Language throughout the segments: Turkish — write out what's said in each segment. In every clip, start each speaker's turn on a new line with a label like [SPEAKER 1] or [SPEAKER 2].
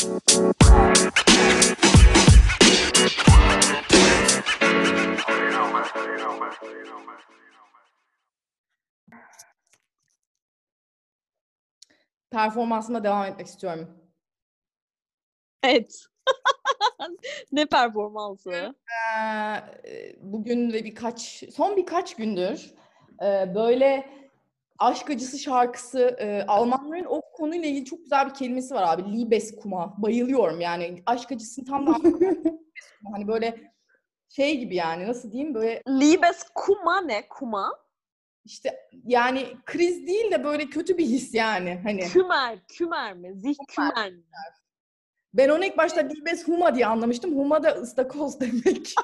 [SPEAKER 1] Performansıma devam etmek istiyorum.
[SPEAKER 2] Evet. Ne performansı?
[SPEAKER 1] Bugün ve son birkaç gündür böyle aşk acısı şarkısı, Almanların o konuyla ilgili çok güzel bir kelimesi var abi. Liebeskummer. Bayılıyorum yani. Aşk acısını tam da hani böyle şey gibi yani, nasıl diyeyim, böyle
[SPEAKER 2] Liebeskummer ne? Kuma?
[SPEAKER 1] işte yani kriz değil de böyle kötü bir his yani. Hani
[SPEAKER 2] Kümer mi? Kümer mi?
[SPEAKER 1] ben onu ilk başta Liebeskummer diye anlamıştım. Huma da ıstakoz demek.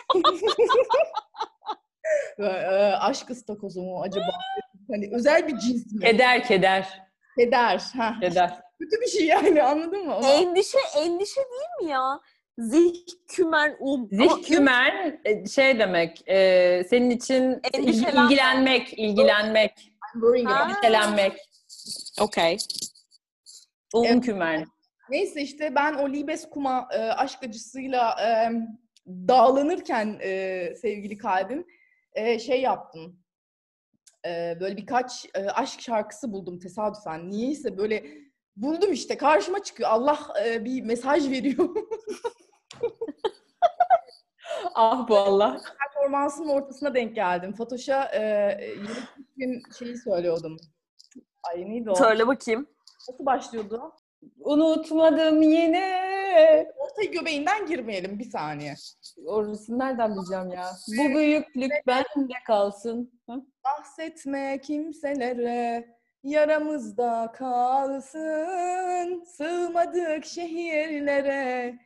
[SPEAKER 1] Aşk ıstakozu mu acaba? Hani özel bir cins mi?
[SPEAKER 3] Keder.
[SPEAKER 1] Keder.
[SPEAKER 3] Keder.
[SPEAKER 1] Kötü bir şey yani, anladın mı?
[SPEAKER 2] Endişe değil mi ya? Kümer
[SPEAKER 3] Zihkümen şey demek, senin için ilgilenmek. Endişelenmek.
[SPEAKER 2] Okay.
[SPEAKER 3] Umkümen.
[SPEAKER 1] Neyse işte ben o Liebeskummer aşk acısıyla dağlanırken sevgili kalbim şey yaptım. Böyle birkaç aşk şarkısı buldum tesadüfen. Niyeyse böyle buldum, işte karşıma çıkıyor. Allah bir mesaj veriyor.
[SPEAKER 3] Ah bu Allah.
[SPEAKER 1] Performansımın ortasına denk geldim. Fatoş'a yeni bir şeyi söylüyordum. Ay neydi o?
[SPEAKER 2] Söyle bakayım.
[SPEAKER 1] Nasıl başlıyordu?
[SPEAKER 3] Unutmadım yine.
[SPEAKER 1] Orta göbeğinden girmeyelim bir saniye.
[SPEAKER 3] Orası nereden bileceğim ya? Bu büyüklük bende kalsın.
[SPEAKER 1] Bahsetme kimselere, yaramızda kalsın. Sığmadık şehirlere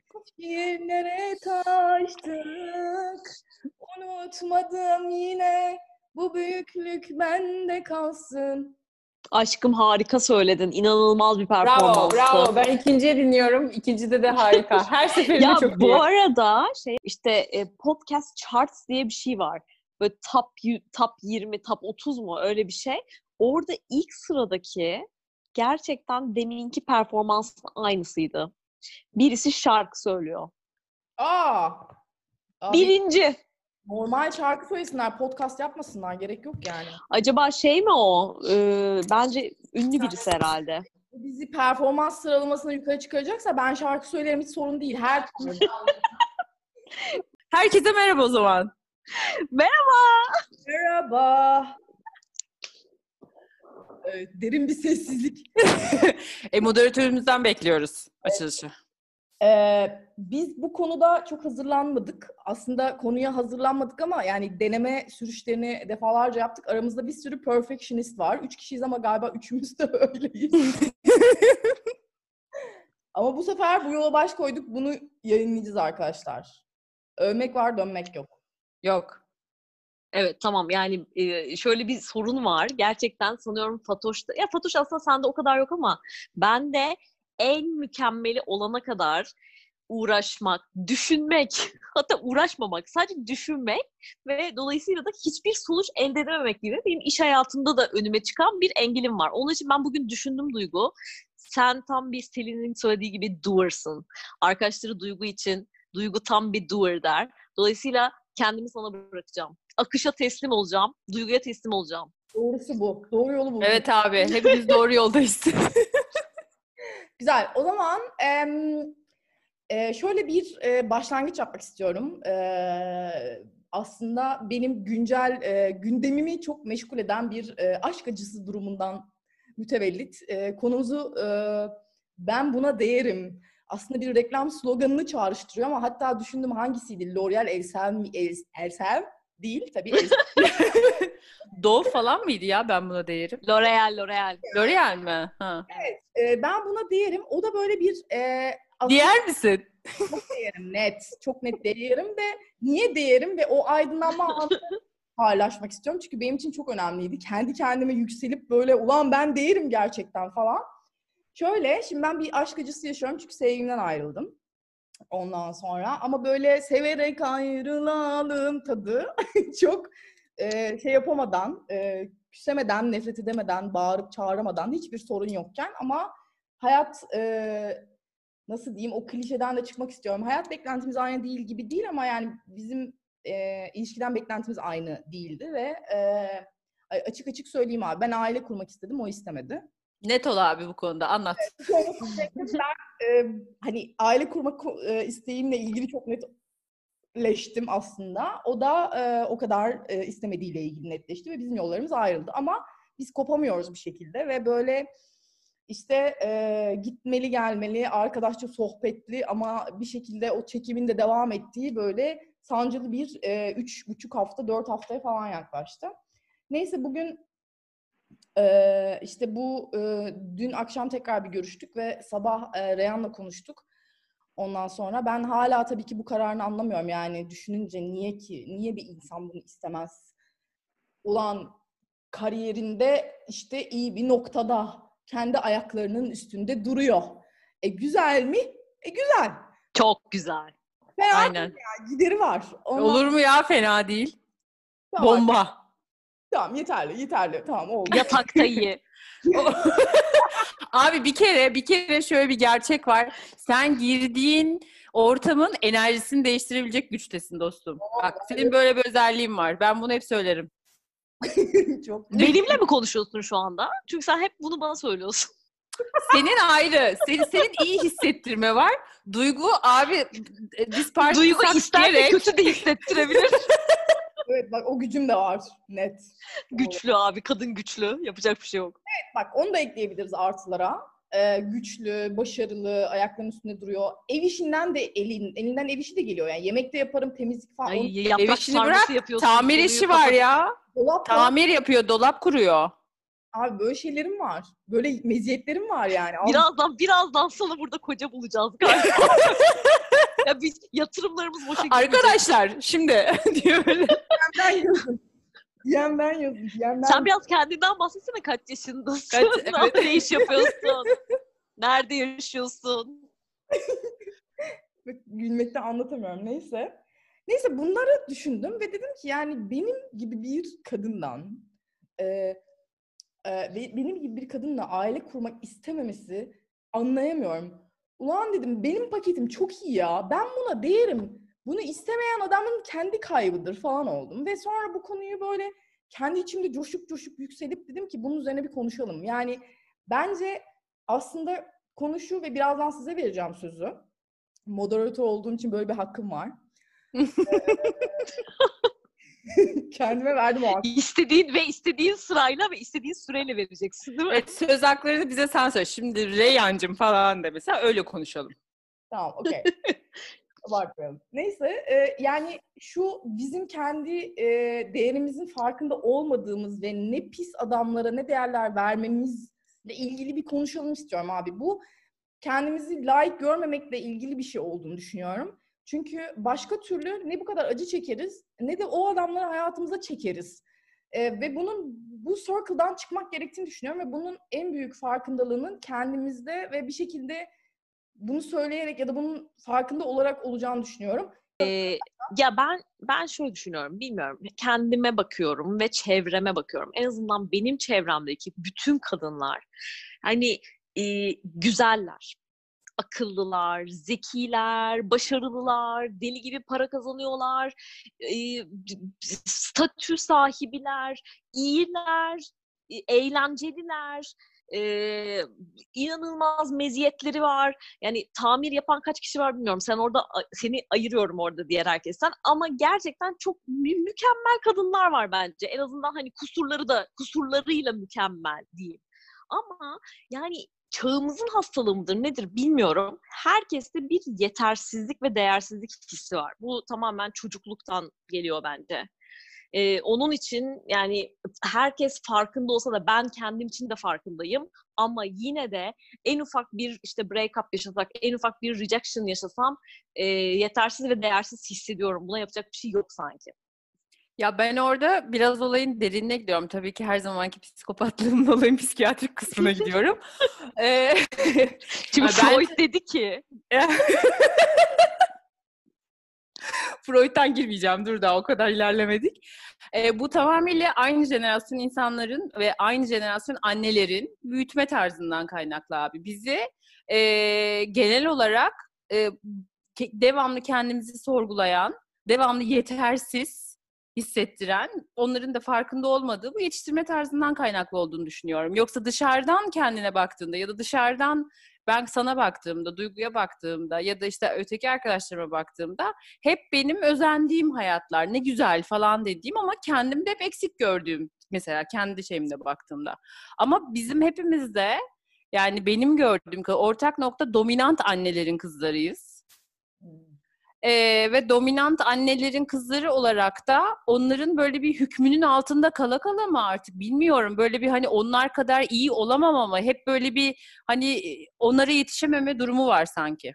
[SPEAKER 1] taştık. Unutmadım yine, bu büyüklük bende kalsın.
[SPEAKER 2] Aşkım harika söyledin. İnanılmaz bir performanstı.
[SPEAKER 3] Bravo. Ben ikinciye dinliyorum. İkincide de harika. Her seferinde çok iyi.
[SPEAKER 2] Bu arada işte podcast charts diye bir şey var. Böyle top 20, top 30 mu öyle bir şey. Orada ilk sıradaki gerçekten deminki performansın aynısıydı. Birisi şarkı söylüyor.
[SPEAKER 1] Abi,
[SPEAKER 2] Birinci.
[SPEAKER 1] normal şarkı söylesinler, podcast yapmasınlar. Gerek yok yani.
[SPEAKER 2] Acaba mi o? Bence ünlü birisi herhalde.
[SPEAKER 1] Bizi performans sıralamasına yukarı çıkaracaksa ben şarkı söylerim, hiç sorun değil.
[SPEAKER 3] Herkese merhaba o zaman.
[SPEAKER 1] Merhaba. Evet, derin bir sessizlik.
[SPEAKER 3] Moderatörümüzden bekliyoruz açılışı.
[SPEAKER 1] Biz bu konuda çok hazırlanmadık. Aslında konuya hazırlanmadık ama yani deneme sürüşlerini defalarca yaptık. Aramızda bir sürü perfectionist var. 3 kişiyiz ama galiba üçümüz de öyleyiz. Ama bu sefer bu yola baş koyduk. Bunu yayınlayacağız arkadaşlar. Övmek var, dönmek yok.
[SPEAKER 3] Yok.
[SPEAKER 2] Evet tamam, yani şöyle bir sorun var. Gerçekten sanıyorum Fatoş'ta. Ya Fatoş aslında sende o kadar yok ama ben de en mükemmeli olana kadar uğraşmak, düşünmek, hatta uğraşmamak, sadece düşünmek ve dolayısıyla da hiçbir sonuç elde edememek gibi benim iş hayatımda da önüme çıkan bir engelim var. Onun için ben bugün düşündüm Duygu. Sen tam bir Selin'in söylediği gibi doer'sın. Arkadaşları Duygu için Duygu tam bir doer der. Dolayısıyla kendimi sana bırakacağım. Akışa teslim olacağım. Duyguya teslim olacağım.
[SPEAKER 1] Doğrusu bu. Doğru yolu bulduk.
[SPEAKER 3] Evet abi. Hepimiz doğru yoldayız.
[SPEAKER 1] Güzel. O zaman şöyle bir başlangıç yapmak istiyorum. Aslında benim güncel gündemimi çok meşgul eden bir aşk acısı durumundan mütevellit. Konumuzu ben buna değerim. Aslında bir reklam sloganını çağrıştırıyor ama hatta düşündüm hangisiydi? L'Oreal Elsev mi? Elsev değil tabii.
[SPEAKER 3] Dove falan mıydı ya ben buna değerim?
[SPEAKER 2] L'Oreal.
[SPEAKER 3] L'Oreal mi? Ha.
[SPEAKER 1] Evet. Ben buna değerim. O da böyle bir...
[SPEAKER 3] Diğer misin?
[SPEAKER 1] Çok değerim, net. Çok net değerim de niye değerim ve o aydınlanma anını paylaşmak istiyorum. Çünkü benim için çok önemliydi. Kendi kendime yükselip böyle ulan ben değerim gerçekten falan. Şöyle, şimdi ben bir aşk acısı yaşıyorum çünkü sevgilimden ayrıldım. Ondan sonra ama böyle severek ayrılalım tadı çok şey yapamadan, küsemeden, nefret edemeden, bağırıp çağıramadan hiçbir sorun yokken ama hayat nasıl diyeyim, o klişeden de çıkmak istiyorum. Hayat beklentimiz aynı değil gibi değil ama yani bizim ilişkiden beklentimiz aynı değildi ve açık açık söyleyeyim abi, ben aile kurmak istedim, o istemedi.
[SPEAKER 3] Net ol abi bu konuda. Anlat.
[SPEAKER 1] Hani aile kurmak isteğimle ilgili çok netleştim aslında. O da o kadar istemediğiyle ilgili netleşti ve bizim yollarımız ayrıldı. Ama biz kopamıyoruz bir şekilde ve böyle işte gitmeli gelmeli, arkadaşça sohbetli ama bir şekilde o çekimin de devam ettiği böyle sancılı bir 3,5 hafta, 4 haftaya falan yaklaştı. Neyse bugün işte bu dün akşam tekrar bir görüştük ve sabah Reyhan'la konuştuk. Ondan sonra ben hala tabii ki bu kararını anlamıyorum. Yani düşününce niye bir insan bunu istemez? Ulan kariyerinde işte iyi bir noktada, kendi ayaklarının üstünde duruyor. Güzel mi? Güzel.
[SPEAKER 2] Çok güzel.
[SPEAKER 1] Fena
[SPEAKER 3] Aynen.
[SPEAKER 1] değil ya, gideri var.
[SPEAKER 3] Olur mu ya, fena değil.
[SPEAKER 1] Tamam,
[SPEAKER 3] Bomba.
[SPEAKER 1] tamam yeterli. Tamam oldu.
[SPEAKER 2] Yatakta iyi.
[SPEAKER 3] Abi bir kere şöyle bir gerçek var. Sen girdiğin ortamın enerjisini değiştirebilecek güçtesin dostum. Bak senin böyle bir özelliğin var. Ben bunu hep söylerim.
[SPEAKER 1] Çok
[SPEAKER 2] Benimle mi konuşuyorsun şu anda? Çünkü sen hep bunu bana söylüyorsun.
[SPEAKER 3] Senin ayrı. Senin iyi hissettirme var. Duygu abi
[SPEAKER 2] Duygu ister de kötü de hissettirebilir.
[SPEAKER 1] Evet bak, o gücüm de var net.
[SPEAKER 2] Güçlü abi, kadın güçlü. Yapacak bir şey yok.
[SPEAKER 1] Bak onu da ekleyebiliriz artılara. Güçlü, başarılı, ayaklarının üstünde duruyor. Ev işinden de elinden ev işi de geliyor. Yani yemek de yaparım, temizlik falan.
[SPEAKER 2] Ay,
[SPEAKER 3] Ev
[SPEAKER 2] yaprak
[SPEAKER 3] işini
[SPEAKER 2] sarması
[SPEAKER 3] bırak.
[SPEAKER 2] yapıyorsun.
[SPEAKER 3] Tamir
[SPEAKER 2] konuyu
[SPEAKER 3] işi var ya.
[SPEAKER 1] Dolap falan.
[SPEAKER 3] Tamir yapıyor, dolap kuruyor.
[SPEAKER 1] Abi böyle şeylerim var. Böyle meziyetlerim var yani.
[SPEAKER 2] Birazdan sana burada koca bulacağız galiba. Ya biz yatırımlarımız boşa gitmeyecek.
[SPEAKER 3] Arkadaşlar şimdi diyor böyle.
[SPEAKER 1] Diyen ben yazın.
[SPEAKER 2] Sen biraz kendinden bahsetsene, kaç yaşındasın?
[SPEAKER 3] Evet.
[SPEAKER 2] Ne iş yapıyorsun? Nerede yaşıyorsun?
[SPEAKER 1] Gülmekten anlatamıyorum. Neyse bunları düşündüm ve dedim ki yani benim gibi bir kadından benim gibi bir kadınla aile kurmak istememesi anlayamıyorum. Ulan dedim, benim paketim çok iyi ya. Ben buna değerim. Bunu istemeyen adamın kendi kaybıdır falan oldum. Ve sonra bu konuyu böyle kendi içimde coşup yükselip dedim ki bunun üzerine bir konuşalım. Yani bence aslında konuşu ve birazdan size vereceğim sözü. Moderatör olduğum için böyle bir hakkım var. Kendime verdim o hakkı.
[SPEAKER 2] İstediğin sırayla ve istediğin süreyle vereceksin değil mi?
[SPEAKER 3] Evet, söz haklarını bize sen söyle. Şimdi Reyhancığım falan de mesela, öyle konuşalım.
[SPEAKER 1] Tamam, okey. Abartmayalım. Neyse, yani şu bizim kendi değerimizin farkında olmadığımız ve ne pis adamlara ne değerler vermemizle ilgili bir konuşalım istiyorum abi. Bu kendimizi layık görmemekle ilgili bir şey olduğunu düşünüyorum. Çünkü başka türlü ne bu kadar acı çekeriz ne de o adamları hayatımıza çekeriz. Ve bu circle'dan çıkmak gerektiğini düşünüyorum ve bunun en büyük farkındalığının kendimizde ve bir şekilde bunu söyleyerek ya da bunun farkında olarak olacağını düşünüyorum.
[SPEAKER 2] Ya ben şöyle düşünüyorum, bilmiyorum. Kendime bakıyorum ve çevreme bakıyorum. En azından benim çevremdeki bütün kadınlar hani güzeller, akıllılar, zekiler, başarılılar, deli gibi para kazanıyorlar, statü sahibiler, iyiler, eğlenceliler, inanılmaz meziyetleri var. Yani tamir yapan kaç kişi var bilmiyorum. Seni ayırıyorum orada diğer herkesten. Ama gerçekten çok mükemmel kadınlar var bence. En azından hani kusurlarıyla mükemmel diyeyim. Ama yani çağımızın hastalığı mıdır nedir bilmiyorum. Herkeste bir yetersizlik ve değersizlik hissi var. Bu tamamen çocukluktan geliyor bence. Onun için yani herkes farkında olsa da ben kendim için de farkındayım. Ama yine de en ufak bir işte break-up yaşasak, en ufak bir rejection yaşasam yetersiz ve değersiz hissediyorum. Buna yapacak bir şey yok sanki.
[SPEAKER 3] Ya ben orada biraz olayın derinine gidiyorum. Tabii ki her zamanki psikopatlığımın olayın psikiyatrik kısmına gidiyorum.
[SPEAKER 2] Şimdi Freud dedi ki...
[SPEAKER 3] Freud'dan girmeyeceğim. Dur, daha o kadar ilerlemedik. Bu tamamıyla aynı jenerasyon insanların ve aynı jenerasyon annelerin büyütme tarzından kaynaklı abi. Bizi genel olarak devamlı kendimizi sorgulayan, devamlı yetersiz hissettiren, onların da farkında olmadığı bu yetiştirme tarzından kaynaklı olduğunu düşünüyorum. Yoksa dışarıdan kendine baktığında ya da dışarıdan ben sana baktığımda, Duygu'ya baktığımda ya da işte öteki arkadaşlarıma baktığımda hep benim özendiğim hayatlar, ne güzel falan dediğim ama kendimde hep eksik gördüğüm, mesela kendi şeyimde baktığımda. Ama bizim hepimizde, yani benim gördüğüm ortak nokta, dominant annelerin kızlarıyız. Ve dominant annelerin kızları olarak da onların böyle bir hükmünün altında kala kala mı artık bilmiyorum. Böyle bir hani onlar kadar iyi olamam ama hep böyle bir hani onlara yetişememe durumu var sanki.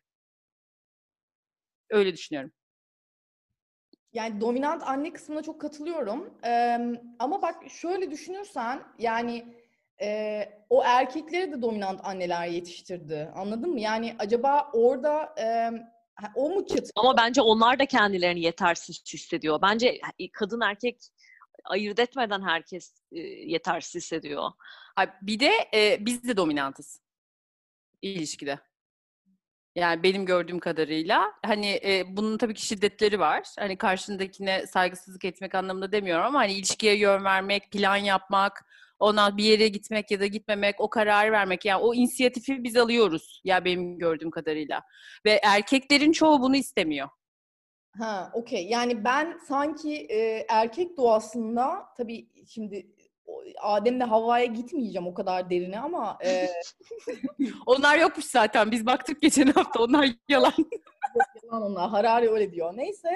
[SPEAKER 3] Öyle düşünüyorum.
[SPEAKER 1] Yani dominant anne kısmına çok katılıyorum. Ama bak şöyle düşünürsen yani o erkekleri de dominant anneler yetiştirdi. Anladın mı? Yani acaba orada o mu çıt?
[SPEAKER 2] Ama bence onlar da kendilerini yetersiz hissediyor. Bence kadın erkek ayırt etmeden herkes yetersiz hissediyor.
[SPEAKER 3] Bir de biz de dominantız ilişkide. Yani benim gördüğüm kadarıyla hani bunun tabii ki şiddetleri var. Hani karşındakine saygısızlık etmek anlamında demiyorum ama hani ilişkiye yön vermek, plan yapmak, ona bir yere gitmek ya da gitmemek, o kararı vermek, yani o inisiyatifi biz alıyoruz ya benim gördüğüm kadarıyla. Ve erkeklerin çoğu bunu istemiyor.
[SPEAKER 1] Ha, okey. Yani ben sanki erkek doğasında tabii şimdi Adem'le Havva'ya gitmeyeceğim o kadar derine ama
[SPEAKER 3] Onlar yokmuş zaten. Biz baktık geçen hafta. Onlar yalan.
[SPEAKER 1] yalan onlar. Harari öyle diyor. Neyse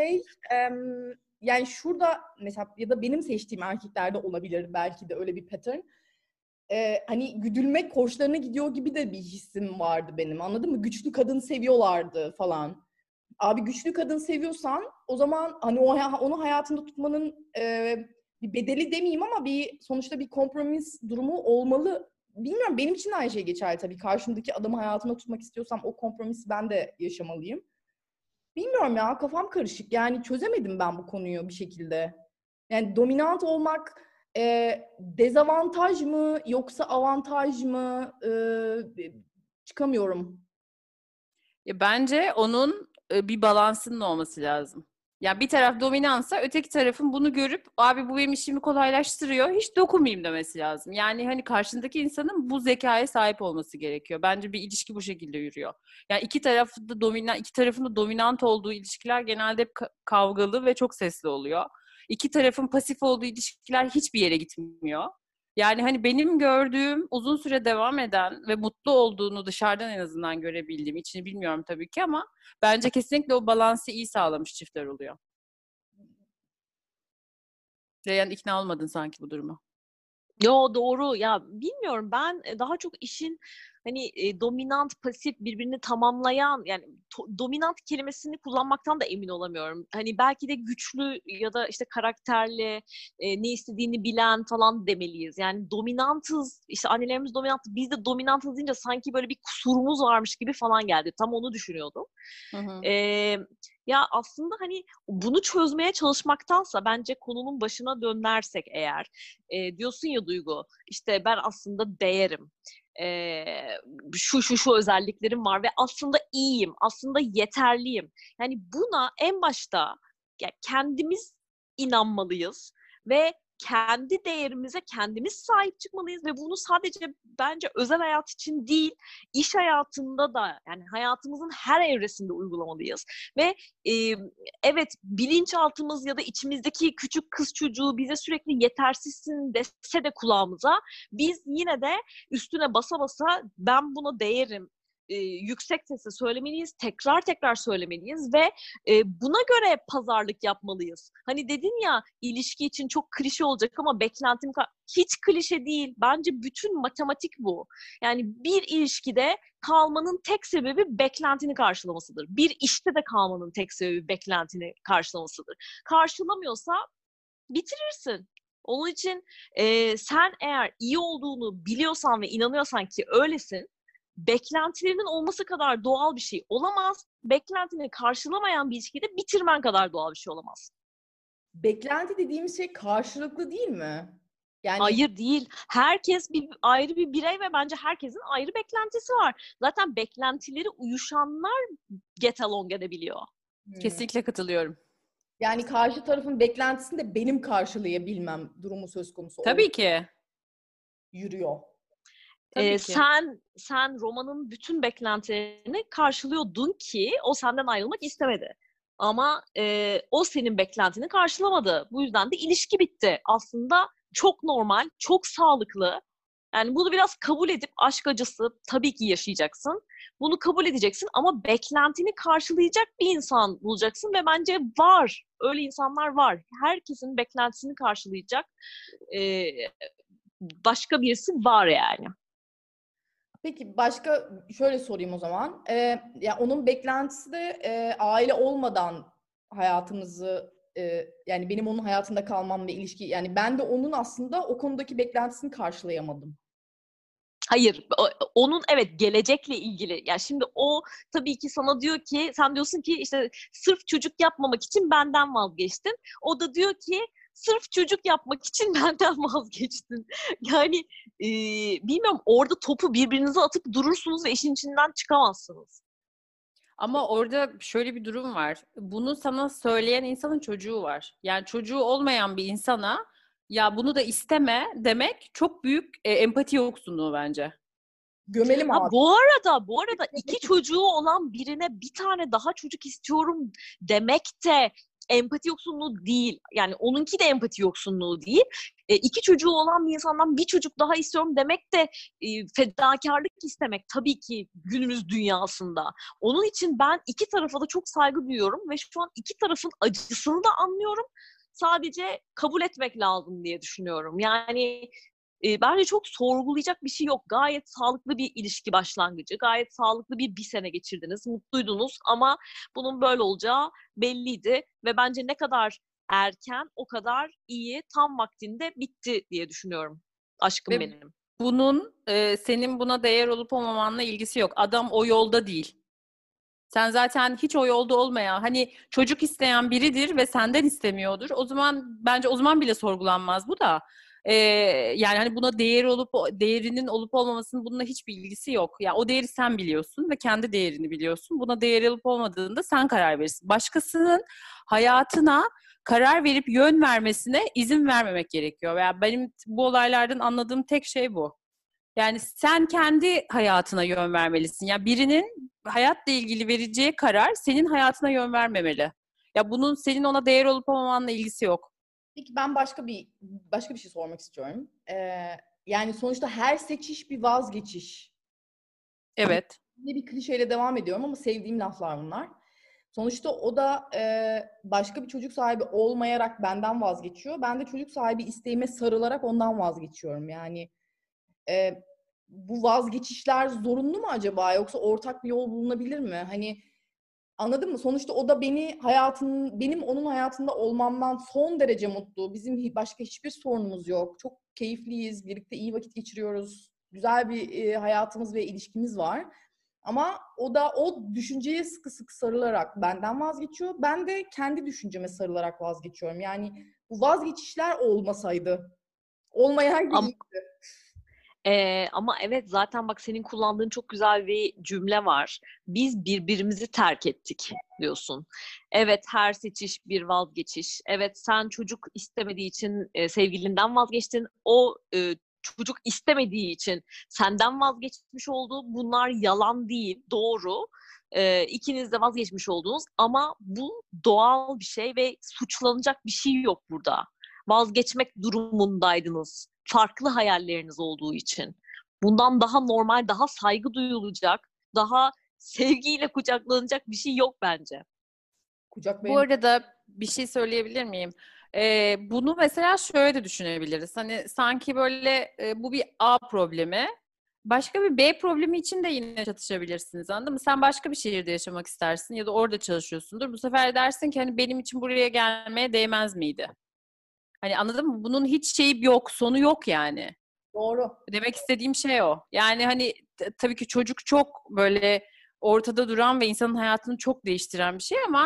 [SPEAKER 1] yani şurada mesela ya da benim seçtiğim erkeklerde olabilir belki de öyle bir pattern. Hani güdülmek hoşlarına gidiyor gibi de bir hissim vardı benim. Anladın mı? Güçlü kadın seviyorlardı falan. Abi güçlü kadın seviyorsan o zaman hani onu hayatında tutmanın bir bedeli demeyeyim ama bir sonuçta bir kompromis durumu olmalı. Bilmiyorum, benim için de aynı şey geçerli tabii. Karşımdaki adamı hayatımda tutmak istiyorsam o kompromisi ben de yaşamalıyım. Bilmiyorum ya, kafam karışık. Yani çözemedim ben bu konuyu bir şekilde. Yani dominant olmak dezavantaj mı yoksa avantaj mı? Çıkamıyorum.
[SPEAKER 3] Bence onun bir balansının olması lazım. Ya bir taraf dominansa öteki tarafın bunu görüp abi bu benim işimi kolaylaştırıyor, hiç dokunmayayım demesi lazım. Yani hani karşındaki insanın bu zekaya sahip olması gerekiyor. Bence bir ilişki bu şekilde yürüyor. Yani iki tarafın da dominant olduğu ilişkiler genelde hep kavgalı ve çok sesli oluyor. İki tarafın pasif olduğu ilişkiler hiçbir yere gitmiyor. Yani hani benim gördüğüm, uzun süre devam eden ve mutlu olduğunu dışarıdan en azından görebildiğim, içini bilmiyorum tabii ki ama bence kesinlikle o balansı iyi sağlamış çiftler oluyor. Reyhan, ikna olmadın sanki bu duruma.
[SPEAKER 2] Yo, doğru ya, bilmiyorum, ben daha çok işin hani dominant pasif birbirini tamamlayan, yani dominant kelimesini kullanmaktan da emin olamıyorum. Hani belki de güçlü ya da işte karakterli, ne istediğini bilen falan demeliyiz. Yani dominantız, işte annelerimiz dominant, biz de dominantız deyince sanki böyle bir kusurumuz varmış gibi falan geldi. Tam onu düşünüyordum.
[SPEAKER 3] Hı hı.
[SPEAKER 2] Ya aslında hani bunu çözmeye çalışmaktansa bence konunun başına dönersek eğer, diyorsun ya Duygu, işte ben aslında değerim. Şu özelliklerim var ve aslında iyiyim, aslında yeterliyim. Yani buna en başta ya kendimiz inanmalıyız ve kendi değerimize kendimiz sahip çıkmalıyız ve bunu sadece bence özel hayat için değil, iş hayatında da, yani hayatımızın her evresinde uygulamalıyız. Ve evet, bilinçaltımız ya da içimizdeki küçük kız çocuğu bize sürekli yetersizsin dese de kulağımıza, biz yine de üstüne basa basa ben buna değerim, yüksek sesle söylemeliyiz, tekrar tekrar söylemeliyiz ve buna göre pazarlık yapmalıyız. Hani dedin ya, ilişki için çok klişe olacak ama beklentim hiç klişe değil. Bence bütün matematik bu. Yani bir ilişkide kalmanın tek sebebi beklentini karşılamasıdır. Bir işte de kalmanın tek sebebi beklentini karşılamasıdır. Karşılamıyorsa bitirirsin. Onun için sen eğer iyi olduğunu biliyorsan ve inanıyorsan ki öylesin, beklentilerinin olması kadar doğal bir şey olamaz. Beklentini karşılamayan bir ilişkide bitirmen kadar doğal bir şey olamaz.
[SPEAKER 1] Beklenti dediğimiz şey karşılıklı değil mi? Yani
[SPEAKER 2] Hayır değil. Herkes ayrı bir birey ve bence herkesin ayrı beklentisi var. Zaten beklentileri uyuşanlar get along edebiliyor.
[SPEAKER 3] Kesinlikle katılıyorum.
[SPEAKER 1] yani karşı tarafın beklentisini de benim karşılayabilmem durumu söz konusu
[SPEAKER 3] Tabii ki.
[SPEAKER 1] yürüyor.
[SPEAKER 3] Tabii ki.
[SPEAKER 2] Sen romanın bütün beklentilerini karşılıyordun ki o senden ayrılmak istemedi. Ama o senin beklentini karşılamadı. Bu yüzden de ilişki bitti. Aslında çok normal, çok sağlıklı. Yani bunu biraz kabul edip aşk acısı tabii ki yaşayacaksın. Bunu kabul edeceksin ama beklentini karşılayacak bir insan bulacaksın ve bence var. Öyle insanlar var. Herkesin beklentisini karşılayacak başka birisi var yani.
[SPEAKER 1] Peki başka şöyle sorayım o zaman. Ya onun beklentisi de aile olmadan hayatımızı yani benim onun hayatında kalmamla ilişki, yani ben de onun aslında o konudaki beklentisini karşılayamadım.
[SPEAKER 2] Hayır, onun evet gelecekle ilgili. Yani şimdi o tabii ki sana diyor ki, sen diyorsun ki işte sırf çocuk yapmamak için benden vazgeçtin. O da diyor ki sırf çocuk yapmak için benden vazgeçtin. Yani bilmiyorum, orada topu birbirinize atıp durursunuz ve işin içinden çıkamazsınız.
[SPEAKER 3] Ama orada şöyle bir durum var. Bunu sana söyleyen insanın çocuğu var. Yani çocuğu olmayan bir insana ya bunu da isteme demek çok büyük empati yoksunluğu bence.
[SPEAKER 1] Gömelim
[SPEAKER 2] Ha
[SPEAKER 1] abi.
[SPEAKER 2] bu arada iki çocuğu olan birine bir tane daha çocuk istiyorum demek de empati yoksunluğu değil. Yani onunki de empati yoksunluğu değil. İki çocuğu olan bir insandan bir çocuk daha istiyorum demek de fedakarlık istemek tabii ki günümüz dünyasında. Onun için ben iki tarafa da çok saygı duyuyorum ve şu an iki tarafın acısını da anlıyorum. Sadece kabul etmek lazım diye düşünüyorum. Yani bence çok sorgulayacak bir şey yok. Gayet sağlıklı bir ilişki başlangıcı. Gayet sağlıklı bir sene geçirdiniz. Mutluydunuz ama bunun böyle olacağı belliydi. Ve bence ne kadar erken o kadar iyi, tam vaktinde bitti diye düşünüyorum. Aşkım
[SPEAKER 3] Ve
[SPEAKER 2] benim.
[SPEAKER 3] bunun senin buna değer olup olmamanla ilgisi yok. Adam o yolda değil. Sen zaten hiç o yolda olmayan, hani çocuk isteyen biridir ve senden istemiyordur. O zaman bence o zaman bile sorgulanmaz bu da. Yani hani buna değerinin olup olmamasının bununla hiçbir ilgisi yok. Yani o değeri sen biliyorsun ve kendi değerini biliyorsun. Buna değer olup olmadığında sen karar verirsin. Başkasının hayatına karar verip yön vermesine izin vermemek gerekiyor. Veya benim bu olaylardan anladığım tek şey bu. Yani sen kendi hayatına yön vermelisin. Yani birinin hayatla ilgili vereceği karar senin hayatına yön vermemeli. Ya bunun senin ona değer olup olmamanla ilgisi yok.
[SPEAKER 1] Peki ben başka bir şey sormak istiyorum. Yani sonuçta her seçiş bir vazgeçiş.
[SPEAKER 3] Evet.
[SPEAKER 1] Yine bir klişeyle devam ediyorum ama sevdiğim laflar bunlar. Sonuçta o da başka bir çocuk sahibi olmayarak benden vazgeçiyor. Ben de çocuk sahibi isteğime sarılarak ondan vazgeçiyorum. Yani bu vazgeçişler zorunlu mu acaba? Yoksa ortak bir yol bulunabilir mi? Hani anladın mı? Sonuçta o da benim onun hayatında olmamdan son derece mutlu. Bizim başka hiçbir sorunumuz yok. Çok keyifliyiz. Birlikte iyi vakit geçiriyoruz. Güzel bir hayatımız ve ilişkimiz var. Ama o da o düşünceye sıkı sıkı sarılarak benden vazgeçiyor. Ben de kendi düşünceme sarılarak vazgeçiyorum. Yani bu vazgeçişler olmasaydı. Olmayan
[SPEAKER 2] Ama,
[SPEAKER 1] gibi.
[SPEAKER 2] ama evet, zaten bak senin kullandığın çok güzel bir cümle var. Biz birbirimizi terk ettik diyorsun. Evet, her seçiş bir vazgeçiş. Evet, sen çocuk istemediği için sevgilinden vazgeçtin. O çocuk istemediği için senden vazgeçmiş oldu. Bunlar yalan değil, doğru. İkiniz de vazgeçmiş oldunuz ama bu doğal bir şey ve suçlanacak bir şey yok burada. Vazgeçmek durumundaydınız. Farklı hayalleriniz olduğu için. Bundan daha normal, daha saygı duyulacak, daha sevgiyle kucaklanacak bir şey yok bence.
[SPEAKER 3] Bu
[SPEAKER 1] Kucaklayın.
[SPEAKER 3] arada bir şey söyleyebilir miyim? Bunu mesela şöyle de düşünebiliriz. Hani sanki böyle bu bir A problemi. Başka bir B problemi için de yine çatışabilirsiniz, anladın mı? Sen başka bir şehirde yaşamak istersin ya da orada çalışıyorsundur. Bu sefer dersin ki hani benim için buraya gelmeye değmez miydi? Hani anladın mı? Bunun hiç şeyi yok, sonu yok yani.
[SPEAKER 1] Doğru.
[SPEAKER 3] Demek istediğim şey o. Yani hani tabii ki çocuk çok böyle ortada duran ve insanın hayatını çok değiştiren bir şey ama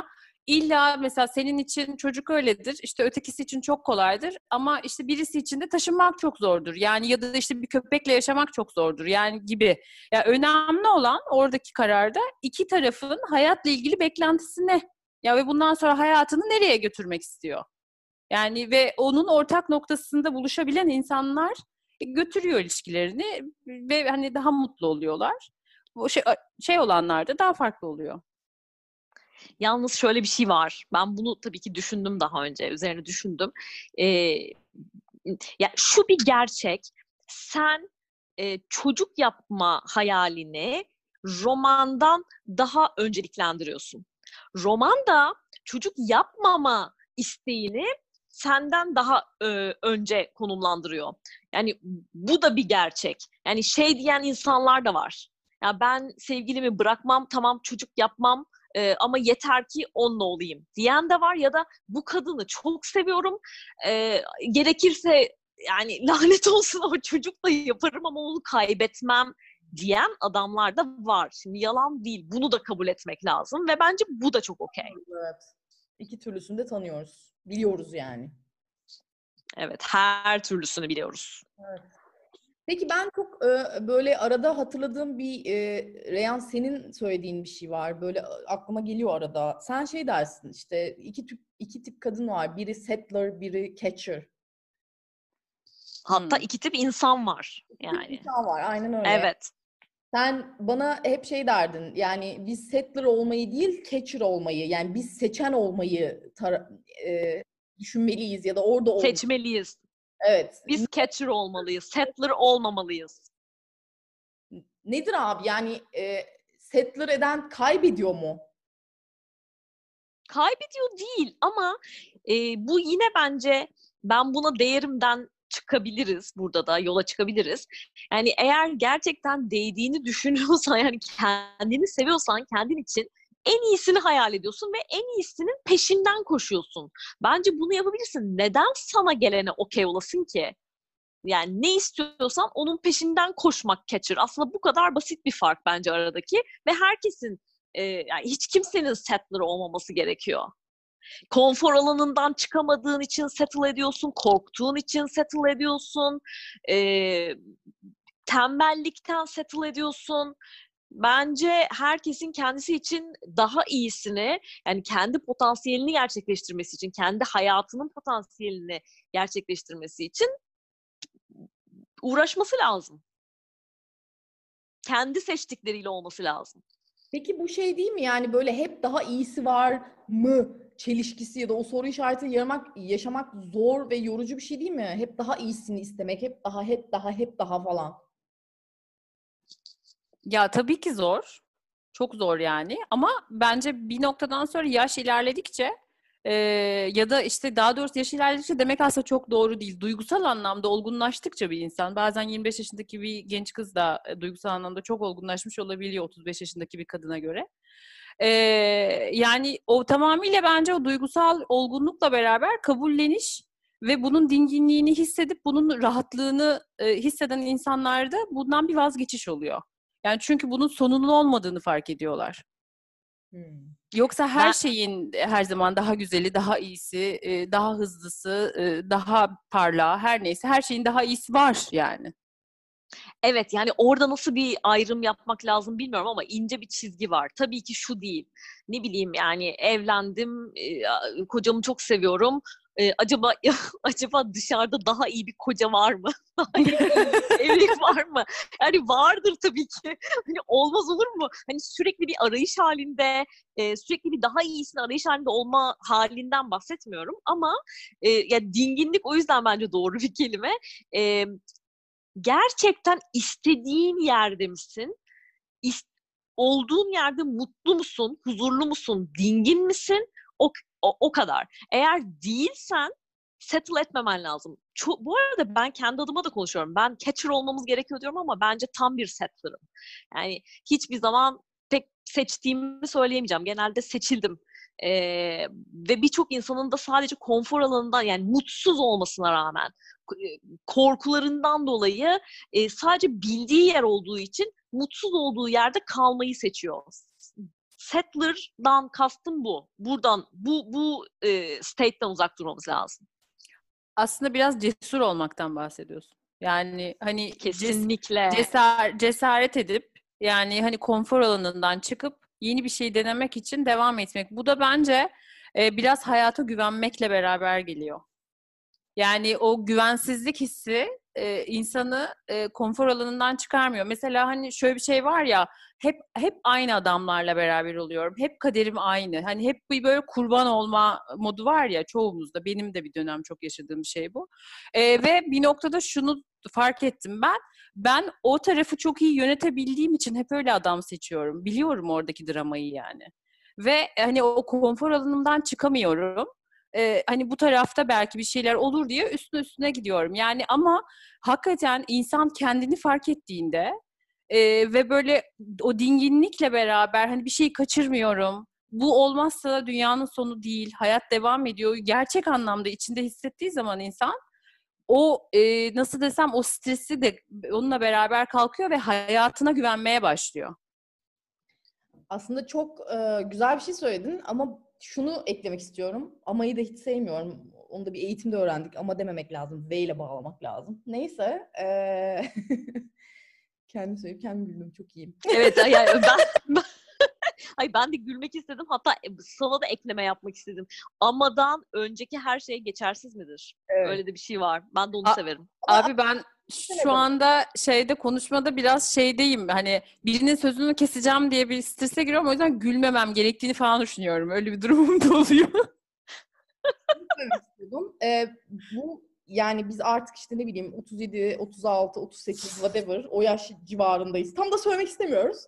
[SPEAKER 3] illa mesela senin için çocuk öyledir, işte ötekisi için çok kolaydır ama işte birisi için de taşınmak çok zordur. Yani ya da işte bir köpekle yaşamak çok zordur yani gibi. Ya önemli olan oradaki kararda iki tarafın hayatla ilgili beklentisi ne? Ya ve bundan sonra hayatını nereye götürmek istiyor? Yani ve onun ortak noktasında buluşabilen insanlar götürüyor ilişkilerini ve hani daha mutlu oluyorlar. Bu şey olanlar da daha farklı oluyor.
[SPEAKER 2] Yalnız şöyle bir şey var. Ben bunu tabii ki düşündüm daha önce. Üzerine düşündüm. Ee, Ya şu bir gerçek. Sen çocuk yapma hayalini romandan daha önceliklendiriyorsun. Romanda çocuk yapmama isteğini senden daha önce konumlandırıyor. Yani bu da bir gerçek. Yani şey diyen insanlar da var. Ya ben sevgilimi bırakmam, tamam çocuk yapmam ama yeter ki onunla olayım diyen de var ya da bu kadını çok seviyorum. Gerekirse yani lanet olsun o çocukla yaparım ama onu kaybetmem diyen adamlar da var. Şimdi yalan değil. Bunu da kabul etmek lazım ve bence bu da çok okey.
[SPEAKER 1] Evet. İki türlüsünü de tanıyoruz. Biliyoruz yani.
[SPEAKER 2] Evet, her türlüsünü biliyoruz.
[SPEAKER 1] Evet. Peki ben çok böyle arada hatırladığım bir Reyhan senin söylediğin bir şey var. Böyle aklıma geliyor arada. Sen şey dersin işte iki tip kadın var. Biri settler, biri catcher.
[SPEAKER 2] Hatta iki tip insan var yani.
[SPEAKER 1] İnsan var, aynen öyle.
[SPEAKER 2] Evet.
[SPEAKER 1] Sen bana hep şey derdin, yani biz settler olmayı değil, catcher olmayı, yani biz seçen olmayı düşünmeliyiz ya da orada olmalıyız.
[SPEAKER 2] Seçmeliyiz.
[SPEAKER 1] Evet.
[SPEAKER 2] Biz catcher olmalıyız. Settler olmamalıyız.
[SPEAKER 1] Nedir abi? Yani settler eden kaybediyor mu?
[SPEAKER 2] Kaybediyor değil ama bu yine bence ben buna değerimden çıkabiliriz, burada da yola çıkabiliriz. Yani eğer gerçekten değdiğini düşünüyorsan, yani kendini seviyorsan kendin için en iyisini hayal ediyorsun ve en iyisinin peşinden koşuyorsun. Bence bunu yapabilirsin. Neden sana gelene okey olasın ki? Yani ne istiyorsan onun peşinden koşmak catcher. Aslında bu kadar basit bir fark bence aradaki ve herkesin yani hiç kimsenin settler olmaması gerekiyor. Konfor alanından çıkamadığın için settle ediyorsun, korktuğun için settle ediyorsun, tembellikten settle ediyorsun. Bence herkesin kendisi için daha iyisini, yani kendi potansiyelini gerçekleştirmesi için, kendi hayatının potansiyelini gerçekleştirmesi için uğraşması lazım. Kendi seçtikleriyle olması lazım.
[SPEAKER 1] Peki bu şey değil mi? Yani böyle hep daha iyisi var mı çelişkisi ya da o soru işareti yaşamak zor ve yorucu bir şey değil mi? Hep daha iyisini istemek, hep daha falan.
[SPEAKER 3] Ya tabii ki zor. Çok zor yani. Ama bence bir noktadan sonra yaş ilerledikçe ya da işte daha doğrusu yaş ilerledikçe demek aslında çok doğru değil. Duygusal anlamda olgunlaştıkça bir insan, bazen 25 yaşındaki bir genç kız da duygusal anlamda çok olgunlaşmış olabiliyor 35 yaşındaki bir kadına göre. Yani o tamamıyla bence o duygusal olgunlukla beraber kabulleniş ve bunun dinginliğini hissedip bunun rahatlığını hisseden insanlarda bundan bir vazgeçiş oluyor. Yani çünkü bunun sonunun olmadığını fark ediyorlar. Yoksa her şeyin her zaman daha güzeli, daha iyisi, daha hızlısı, daha parlağı, her neyse her şeyin daha iyisi var yani.
[SPEAKER 2] Evet, yani orada nasıl bir ayrım yapmak lazım bilmiyorum ama ince bir çizgi var. Tabii ki şu değil. Ne bileyim yani evlendim, kocamı çok seviyorum. Acaba dışarıda daha iyi bir koca var mı? Daha iyi bir evlilik var mı? Yani vardır tabii ki. Hani olmaz olur mu? Hani sürekli bir arayış halinde, sürekli bir daha iyisini arayış halinde olma halinden bahsetmiyorum. Ama ya dinginlik o yüzden bence doğru bir kelime. Gerçekten istediğin yerde misin? Olduğun yerde mutlu musun? Huzurlu musun? Dingin misin? O kadar. Eğer değilsen settle etmemen lazım. Bu arada ben kendi adıma da konuşuyorum. Ben catcher olmamız gerekiyor diyorum ama bence tam bir settler'ım. Yani hiçbir zaman pek seçtiğimi söyleyemeyeceğim. Genelde seçildim. Ve birçok insanın da sadece konfor alanından, yani mutsuz olmasına rağmen korkularından dolayı sadece bildiği yer olduğu için mutsuz olduğu yerde kalmayı seçiyor. settler'dan kastım bu. Buradan, bu state'den uzak durmamız lazım.
[SPEAKER 3] Aslında biraz cesur olmaktan bahsediyorsun. Yani hani
[SPEAKER 2] Kesinlikle.
[SPEAKER 3] cesaret edip yani hani konfor alanından çıkıp yeni bir şey denemek için devam etmek. Bu da bence biraz hayata güvenmekle beraber geliyor. Yani o güvensizlik hissi insanı konfor alanından çıkarmıyor. Mesela hani şöyle bir şey var ya, hep aynı adamlarla beraber oluyorum. Hep kaderim aynı. Hani hep bir böyle kurban olma modu var ya çoğumuzda. Benim de bir dönem çok yaşadığım bir şey bu. Ve bir noktada şunu fark ettim ben. Ben o tarafı çok iyi yönetebildiğim için hep öyle adam seçiyorum. Biliyorum oradaki dramayı yani. Ve hani o konfor alanımdan çıkamıyorum. Hani bu tarafta belki bir şeyler olur diye üstüne gidiyorum. Yani ama hakikaten insan kendini fark ettiğinde ve böyle o dinginlikle beraber hani bir şey kaçırmıyorum. Bu olmazsa dünyanın sonu değil, hayat devam ediyor. Gerçek anlamda içinde hissettiği zaman insan o nasıl desem o stresi de onunla beraber kalkıyor ve hayatına güvenmeye başlıyor.
[SPEAKER 1] Aslında çok güzel bir şey söyledin ama şunu eklemek istiyorum. Amayı da hiç sevmiyorum. Onu da bir eğitimde öğrendik. Ama dememek lazım. V ile bağlamak lazım. Neyse. Kendim söyleyip kendim güldüm. Çok iyiyim.
[SPEAKER 2] Evet, yani ben de gülmek istedim. Hatta sana da ekleme yapmak istedim. Amadan önceki her şey geçersiz midir?
[SPEAKER 1] Evet.
[SPEAKER 2] Öyle de bir şey var. Ben de onu severim.
[SPEAKER 3] Abi ben şu anda konuşmada biraz şeydeyim. Hani birinin sözünü keseceğim diye bir strese giriyorum. O yüzden gülmemem gerektiğini falan düşünüyorum. Öyle bir durumum da oluyor.
[SPEAKER 1] Bu yani biz artık işte ne bileyim 37, 36, 38 whatever o yaş civarındayız. Tam da söylemek istemiyoruz.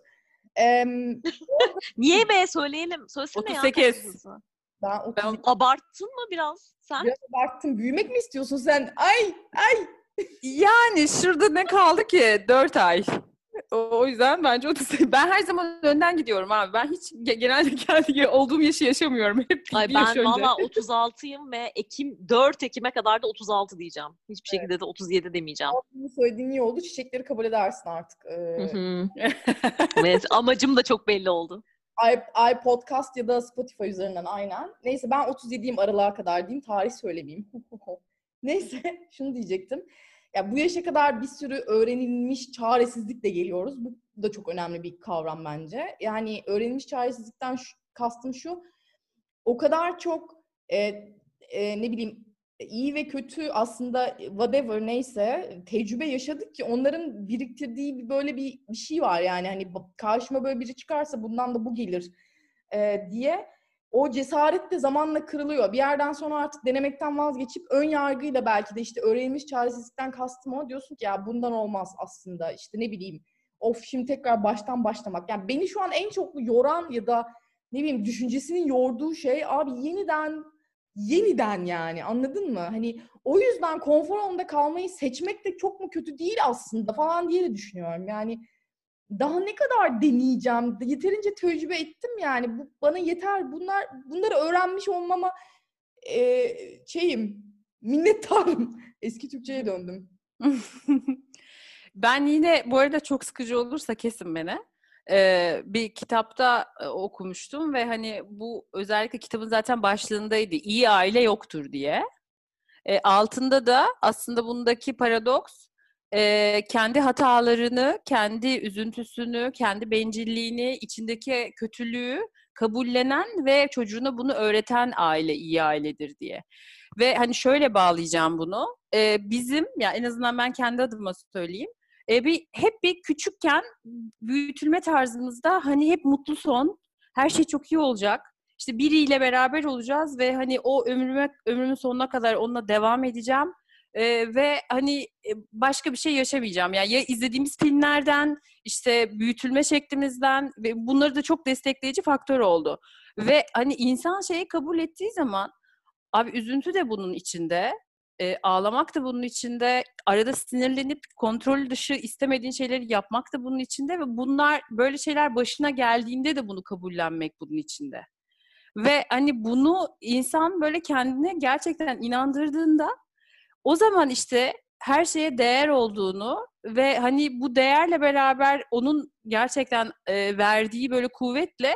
[SPEAKER 2] Niye be, söyleyelim. Söylesene
[SPEAKER 3] 38.
[SPEAKER 2] ya.
[SPEAKER 1] Ben 38.
[SPEAKER 2] Abarttın mı biraz sen?
[SPEAKER 1] Biraz abarttım. Büyümek mi istiyorsun sen? Ay!
[SPEAKER 3] Yani şurada ne kaldı ki? 4 ay. O yüzden bence 38. Ben her zaman önden gidiyorum abi. Ben hiç genelde kendi olduğum yaşı yaşamıyorum. Hep
[SPEAKER 2] Ay
[SPEAKER 3] bir yaş
[SPEAKER 2] ben
[SPEAKER 3] önce.
[SPEAKER 2] valla 36'yım ve 4 Ekim'e kadar da 36 diyeceğim. Hiçbir şekilde de 37 demeyeceğim.
[SPEAKER 1] Bunu söylediğin iyi oldu. Çiçekleri kabul edersin artık.
[SPEAKER 2] Evet, amacım da çok belli oldu.
[SPEAKER 1] iPodcast ya da Spotify üzerinden aynen. Neyse ben 37'yim aralığa kadar diyeyim. Tarih söylemeyeyim. Neyse şunu diyecektim. Ya bu yaşa kadar bir sürü öğrenilmiş çaresizlikle geliyoruz. Bu da çok önemli bir kavram bence. Yani öğrenilmiş çaresizlikten kastım şu. O kadar çok ne bileyim iyi ve kötü aslında whatever neyse tecrübe yaşadık ki onların biriktirdiği böyle bir şey var yani hani karşıma böyle biri çıkarsa bundan da bu gelir diye o cesaret de zamanla kırılıyor. Bir yerden sonra artık denemekten vazgeçip ön yargıyla belki de işte öğrenilmiş çaresizlikten kastım o diyorsun ki ya bundan olmaz aslında işte ne bileyim of şimdi tekrar baştan başlamak. Yani beni şu an en çok yoran ya da ne bileyim düşüncesinin yorduğu şey abi yeniden yani anladın mı? Hani o yüzden konfor alanında kalmayı seçmek de çok mu kötü değil aslında falan diye de düşünüyorum. Yani daha ne kadar deneyeceğim? Yeterince tecrübe ettim yani. Bu bana yeter. Bunları öğrenmiş olmama minnettarım. Eski Türkçe'ye döndüm.
[SPEAKER 3] Ben yine bu arada çok sıkıcı olursa kesin beni. Bir kitapta okumuştum ve hani bu özellikle kitabın zaten başlığındaydı. İyi aile yoktur diye. Altında da aslında bundaki paradoks kendi hatalarını, kendi üzüntüsünü, kendi bencilliğini, içindeki kötülüğü kabullenen ve çocuğuna bunu öğreten aile iyi ailedir diye. Ve hani şöyle bağlayacağım bunu. Bizim ya en azından ben kendi adıma söyleyeyim. Hep bir küçükken büyütülme tarzımızda hani hep mutlu son, her şey çok iyi olacak. İşte biriyle beraber olacağız ve hani o ömrümün sonuna kadar onunla devam edeceğim. Ve hani başka bir şey yaşamayacağım. Yani ya izlediğimiz filmlerden, işte büyütülme şeklimizden ve bunları da çok destekleyici faktör oldu. Ve hani insan şeyi kabul ettiği zaman abi üzüntü de bunun içinde, ağlamak da bunun içinde, arada sinirlenip kontrol dışı istemediğin şeyleri yapmak da bunun içinde ve bunlar böyle şeyler başına geldiğinde de bunu kabullenmek bunun içinde. Ve hani bunu insan böyle kendine gerçekten inandırdığında o zaman işte her şeye değer olduğunu ve hani bu değerle beraber onun gerçekten verdiği böyle kuvvetle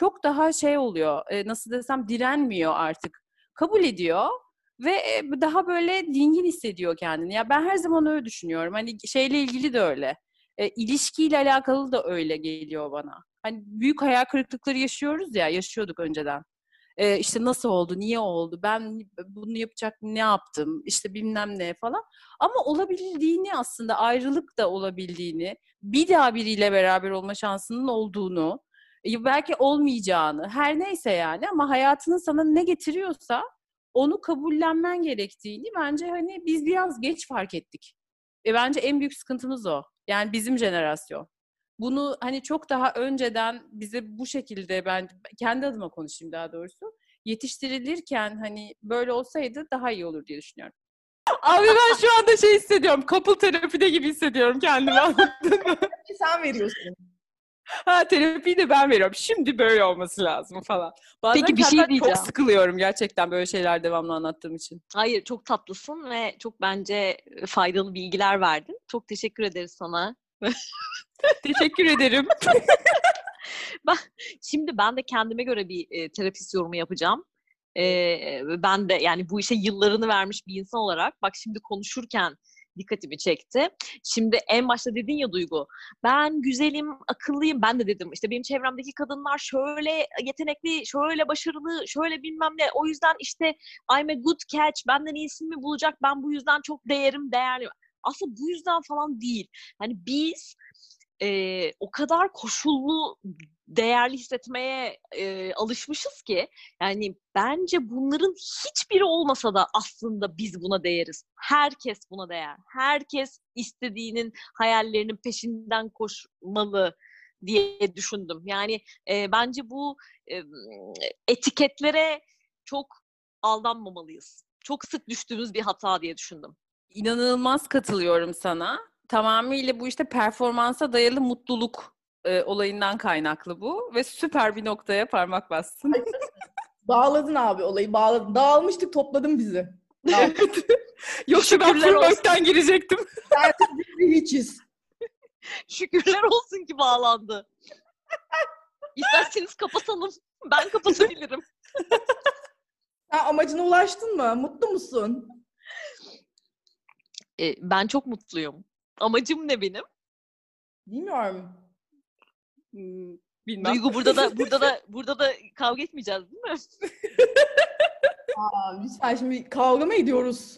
[SPEAKER 3] çok daha şey oluyor, nasıl desem direnmiyor artık. Kabul ediyor ve daha böyle dingin hissediyor kendini. Ya ben her zaman öyle düşünüyorum. Hani şeyle ilgili de öyle. İlişkiyle alakalı da öyle geliyor bana. Hani büyük hayal kırıklıkları yaşıyoruz ya, yaşıyorduk önceden. İşte nasıl oldu, niye oldu, ben bunu yapacak ne yaptım, işte bilmem ne falan. Ama olabildiğini, aslında ayrılık da olabildiğini, bir daha biriyle beraber olma şansının olduğunu, belki olmayacağını, her neyse yani, ama hayatının sana ne getiriyorsa onu kabullenmen gerektiğini bence hani biz biraz geç fark ettik. Bence en büyük sıkıntımız o. Yani bizim jenerasyon. Bunu hani çok daha önceden bize bu şekilde, ben kendi adıma konuşayım daha doğrusu, yetiştirilirken hani böyle olsaydı daha iyi olur diye düşünüyorum. Abi ben şu anda şey hissediyorum. Couple terapide gibi hissediyorum kendimi, anladın mı?
[SPEAKER 1] Sen veriyorsun.
[SPEAKER 3] Ha, terapiyi de ben veriyorum. Şimdi böyle olması lazım falan. Bazen
[SPEAKER 2] Peki bir şey
[SPEAKER 3] kendimden
[SPEAKER 2] diyeceğim.
[SPEAKER 3] çok sıkılıyorum gerçekten böyle şeyler devamlı anlattığım için.
[SPEAKER 2] Hayır, çok tatlısın ve çok bence faydalı bilgiler verdin. Çok teşekkür ederiz sana.
[SPEAKER 3] Teşekkür ederim.
[SPEAKER 2] Şimdi ben de kendime göre bir terapist yorumu yapacağım. Ben de yani bu işe yıllarını vermiş bir insan olarak bak şimdi konuşurken dikkatimi çekti. Şimdi en başta dedin ya Duygu, ben güzelim, akıllıyım. Ben de dedim işte benim çevremdeki kadınlar şöyle yetenekli, şöyle başarılı, şöyle bilmem ne. O yüzden işte I'm a good catch, benden iyisini mi bulacak, ben bu yüzden çok değerli. Aslında bu yüzden falan değil. Hani biz o kadar koşullu değerli hissetmeye alışmışız ki yani bence bunların hiçbiri olmasa da aslında biz buna değeriz. Herkes buna değer. Herkes istediğinin, hayallerinin peşinden koşmalı diye düşündüm. Yani bence bu etiketlere çok aldanmamalıyız. Çok sık düştüğümüz bir hata diye düşündüm.
[SPEAKER 3] İnanılmaz katılıyorum sana. Tamamıyla bu işte performansa dayalı mutluluk olayından kaynaklı bu ve süper bir noktaya parmak bastın.
[SPEAKER 1] Bağladın abi, olayı bağladın. Dağılmıştık, topladın bizi.
[SPEAKER 3] Yoksa ben
[SPEAKER 2] Şükürler olsun.
[SPEAKER 3] flörtten girecektim.
[SPEAKER 1] Biz hiçiz.
[SPEAKER 2] Şükürler olsun ki bağlandı. İsterseniz kapatalım. Ben kapatabilirim.
[SPEAKER 1] Sen amacına ulaştın mı? Mutlu musun?
[SPEAKER 2] Ben çok mutluyum. Amacım ne benim?
[SPEAKER 1] Bilmiyorum.
[SPEAKER 3] Bilmem.
[SPEAKER 2] Duygu burada da kavga etmeyeceğiz değil mi?
[SPEAKER 1] Lütfen, şimdi kavga mı ediyoruz?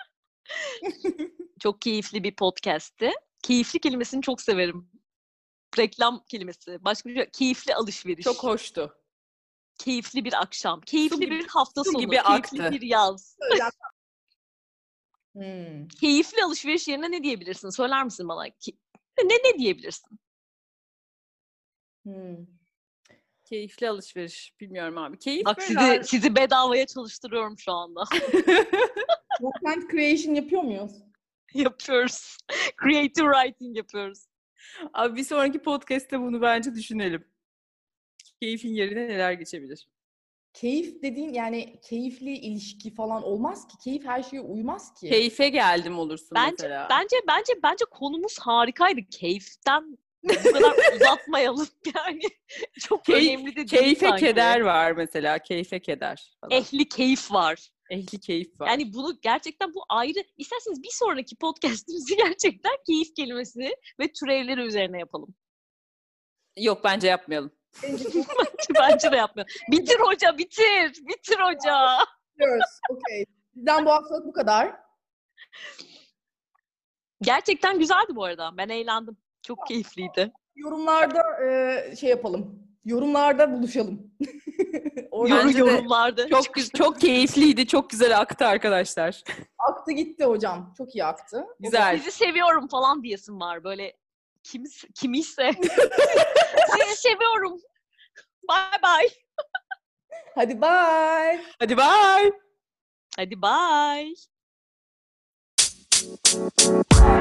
[SPEAKER 2] Çok keyifli bir podcast'ti. Keyifli kelimesini çok severim. Reklam kelimesi. Başka bir şey. Keyifli alışveriş.
[SPEAKER 3] Çok hoştu.
[SPEAKER 2] Keyifli bir akşam. Keyifli bir hafta
[SPEAKER 3] su
[SPEAKER 2] sonu.
[SPEAKER 3] gibi
[SPEAKER 2] Keyifli
[SPEAKER 3] aktı.
[SPEAKER 2] bir yaz.
[SPEAKER 1] Hmm.
[SPEAKER 2] Keyifli alışveriş yerine ne diyebilirsin? Söyler misin bana? Ne diyebilirsin?
[SPEAKER 3] Keyifli alışveriş. Bilmiyorum abi. Keyif
[SPEAKER 2] Bak
[SPEAKER 3] böyle
[SPEAKER 2] sizi bedavaya çalıştırıyorum şu anda.
[SPEAKER 1] Content creation yapıyor muyuz?
[SPEAKER 2] Yapıyoruz. Creative writing yapıyoruz.
[SPEAKER 3] Abi bir sonraki podcast'te bunu bence düşünelim. Keyfin yerine neler geçebilir?
[SPEAKER 1] Keyif dediğin yani keyifli ilişki falan olmaz ki. Keyif her şeye uymaz ki.
[SPEAKER 3] Keyfe geldim olursun mesela.
[SPEAKER 2] Bence konumuz harikaydı. Keyiften bu kadar uzatmayalım yani. Çok önemli de değil
[SPEAKER 3] Keyfe
[SPEAKER 2] sanki.
[SPEAKER 3] keder var mesela. Keyfe keder falan.
[SPEAKER 2] Ehli keyif var.
[SPEAKER 3] Ehli keyif var.
[SPEAKER 2] Yani bunu gerçekten bu ayrı. İsterseniz bir sonraki podcast'imizi gerçekten keyif kelimesini ve türevleri üzerine yapalım.
[SPEAKER 3] Yok, bence yapmayalım.
[SPEAKER 2] Bence de yapmayalım. Bitir hoca, bitir. Bitir hoca.
[SPEAKER 1] Biliyoruz. Okay. Bizden bu haftalık bu kadar.
[SPEAKER 2] Gerçekten güzeldi bu arada. Ben eğlendim. Çok keyifliydi.
[SPEAKER 1] Yorumlarda şey yapalım. Yorumlarda buluşalım.
[SPEAKER 3] Bence de
[SPEAKER 2] Yorumlarda.
[SPEAKER 3] çok keyifliydi. Çok güzel aktı arkadaşlar.
[SPEAKER 1] Aktı gitti hocam. Çok iyi aktı.
[SPEAKER 3] Güzel.
[SPEAKER 2] Sizi seviyorum falan diyesim var. Böyle kimiyse. Sizi seviyorum. Bye bye.
[SPEAKER 1] Hadi bye.
[SPEAKER 3] Hadi bye.
[SPEAKER 2] Hadi bye.